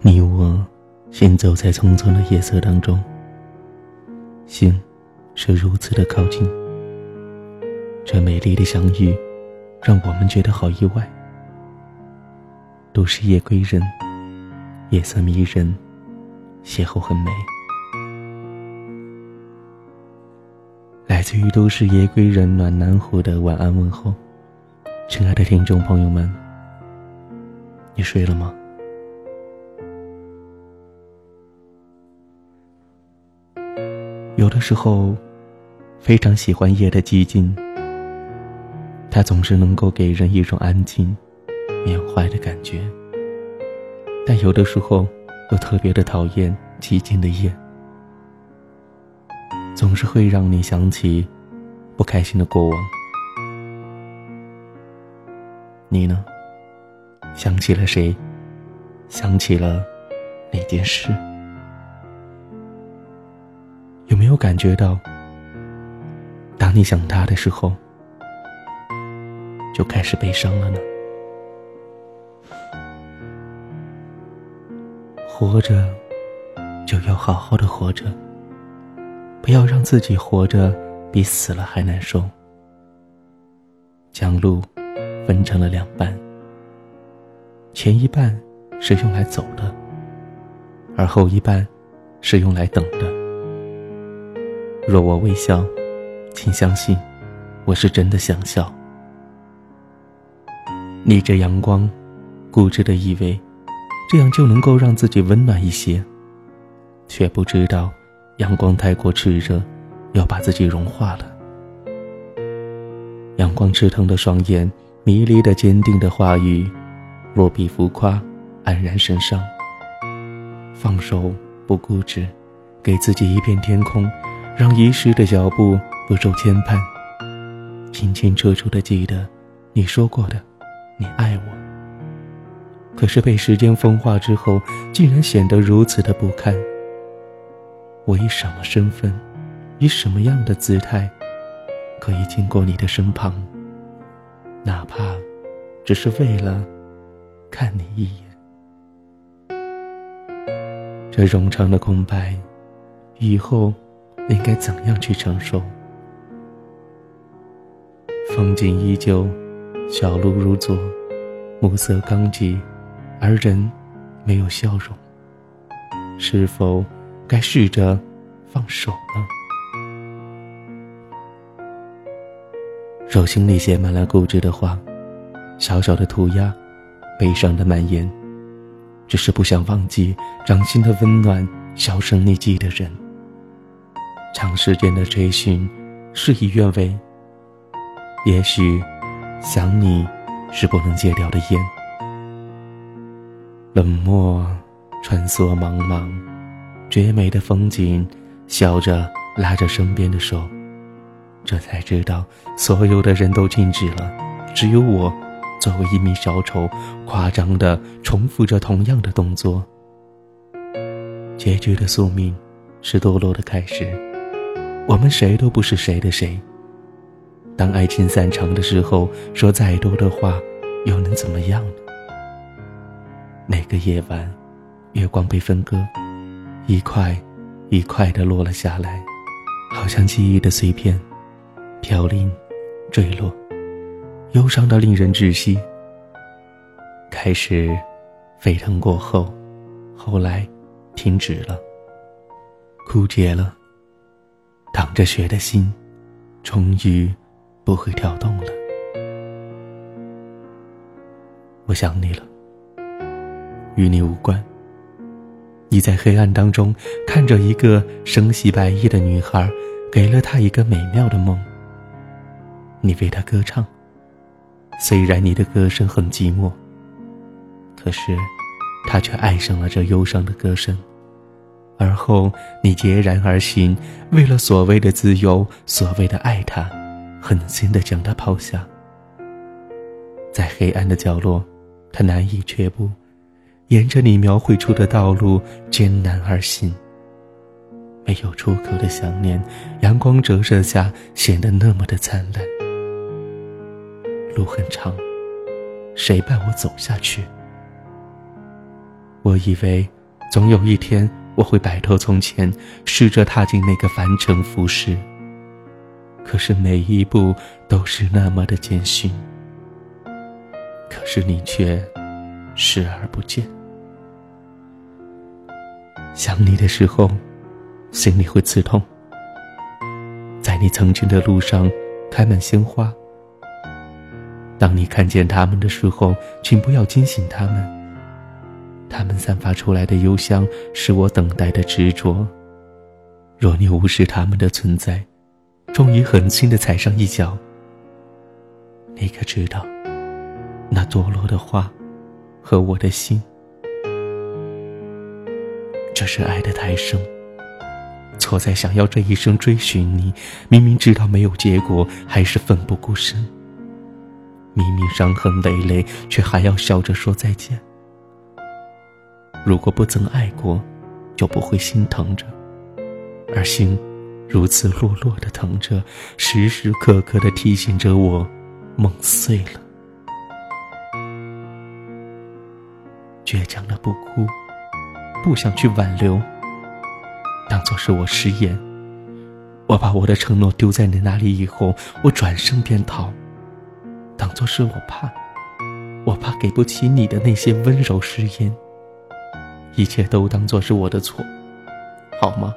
你我行走在匆匆的夜色当中，心是如此的靠近。这美丽的相遇让我们觉得好意外。都市夜归人，夜色迷人，邂逅很美。来自于都市夜归人暖南湖的晚安问候。亲爱的听众朋友们，你睡了吗？有的时候非常喜欢夜的寂静，它总是能够给人一种安静缅怀的感觉，但有的时候又特别的讨厌寂静的夜，总是会让你想起不开心的过往。你呢？想起了谁？想起了哪件事？有没有感觉到，当你想他的时候，就开始悲伤了呢？活着就要好好的活着，不要让自己活着比死了还难受。将路分成了两半，前一半是用来走的，而后一半是用来等的。若我微笑，请相信我是真的想笑。逆着阳光，固执的以为这样就能够让自己温暖一些，却不知道阳光太过炽热，要把自己融化了。阳光炽腾的双眼，迷离的坚定的话语，落笔浮夸，黯然神伤。放手不固执，给自己一片天空，让遗失的脚步不受牵绊。清清楚楚地记得你说过的你爱我，可是被时间风化之后，竟然显得如此的不堪。我以什么身份，以什么样的姿态，可以经过你的身旁，哪怕只是为了看你一眼。这冗长的空白，以后应该怎样去承受？风景依旧，小路如昨，暮色刚寂，而人没有笑容。是否该试着放手呢？手心里写满了固执的话，小小的涂鸦，悲伤的蔓延，只是不想忘记掌心的温暖，销声匿迹的人。长时间的追寻，事与愿违。也许想你是不能戒掉的烟。冷漠穿梭茫茫，绝美的风景，笑着拉着身边的手，这才知道所有的人都静止了，只有我作为一名小丑，夸张地重复着同样的动作。结局的宿命是堕落的开始，我们谁都不是谁的谁。当爱情散场的时候，说再多的话又能怎么样呢？那个夜晚，月光被分割，一块一块地落了下来，好像记忆的碎片，飘零坠落，忧伤得令人窒息。开始沸腾过后，后来停止了，枯竭了，淌着血的心终于不会跳动了。我想你了，与你无关。你在黑暗当中看着一个身系白衣的女孩，给了她一个美妙的梦。你为她歌唱，虽然你的歌声很寂寞，可是她却爱上了这忧伤的歌声。而后你孑然而行，为了所谓的自由，所谓的爱她，狠心地将她抛下。在黑暗的角落，她难以却步，沿着你描绘出的道路艰难而行。没有出口的想念，阳光折射下显得那么的灿烂。路很长，谁伴我走下去？ 我以为总有一天我会摆脱从前，试着踏进那个凡尘浮世，可是每一步都是那么的艰辛，可是你却视而不见。想你的时候，心里会刺痛。在你曾经的路上开满鲜花，当你看见它们的时候，请不要惊醒它们，它们散发出来的幽香是我等待的执着。若你无视它们的存在，终于狠心地踩上一脚，你可知道，那堕落的花和我的心，这是爱的太深，错在想要这一生追寻你，明明知道没有结果，还是奋不顾身，明明伤痕累累，却还要笑着说再见。如果不曾爱过，就不会心疼着，而心如此落落地疼着，时时刻刻地提醒着我，梦碎了。倔强的不哭，不想去挽留，当作是我食言。我把我的承诺丢在你那里以后，我转身便逃，当作是我怕给不起你的那些温柔誓言，一切都当作是我的错，好吗？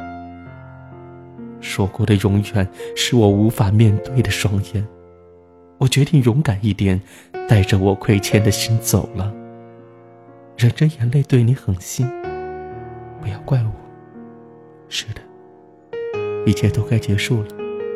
说过的永远是我无法面对的双眼，我决定勇敢一点，带着我亏欠的心走了，忍着眼泪对你狠心，不要怪我。是的，一切都该结束了。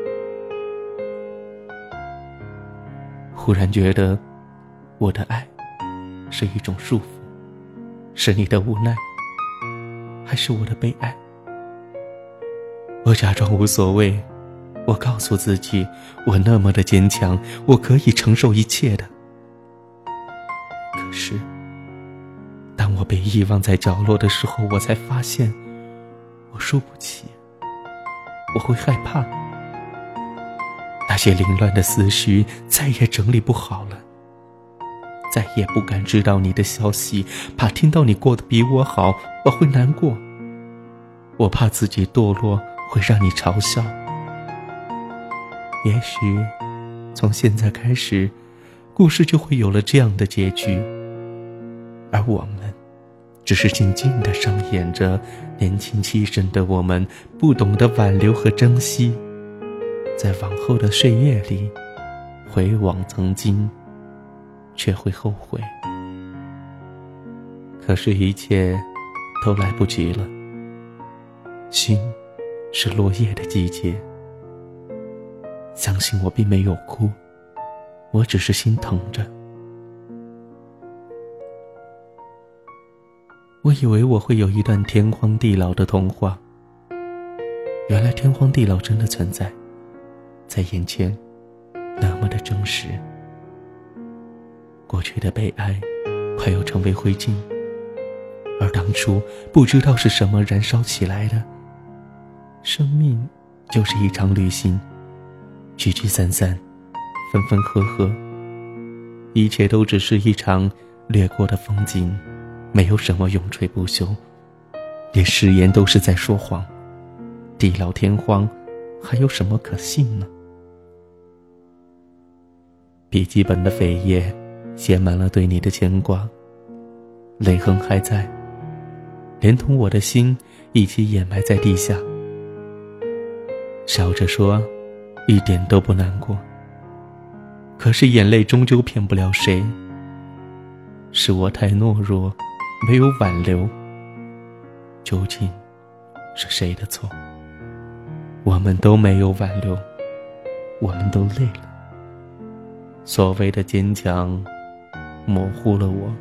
忽然觉得我的爱是一种束缚，是你的无奈，还是我的悲哀？我假装无所谓，我告诉自己，我那么的坚强，我可以承受一切的。可是当我被遗忘在角落的时候，我才发现我输不起，我会害怕，那些凌乱的思绪再也整理不好了，再也不敢知道你的消息，怕听到你过得比我好，我会难过，我怕自己堕落会让你嘲笑。也许从现在开始，故事就会有了这样的结局，而我们只是静静地上演着年轻气盛的我们不懂得挽留和珍惜，在往后的岁月里回望曾经，却会后悔。可是一切都来不及了，心是落叶的季节，相信我并没有哭，我只是心疼着。我以为我会有一段天荒地老的童话，原来天荒地老真的存在，在眼前那么的真实。过去的悲哀快要成为灰烬，而当初不知道是什么燃烧起来的。生命就是一场旅行，聚聚散散，分分合合，一切都只是一场掠过的风景，没有什么永垂不朽，连誓言都是在说谎，地老天荒，还有什么可信呢？笔记本的扉页写满了对你的牵挂，泪痕还在，连同我的心一起掩埋在地下。笑着说一点都不难过，可是眼泪终究骗不了谁，是我太懦弱，没有挽留，究竟是谁的错？我们都没有挽留，我们都累了，所谓的坚强模糊了我。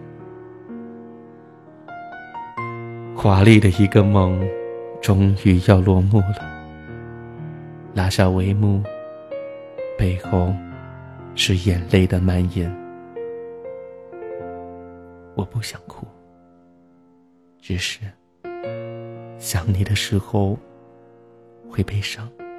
华丽的一个梦终于要落幕了，拉下帷幕，背后是眼泪的蔓延。我不想哭，只是想你的时候会悲伤。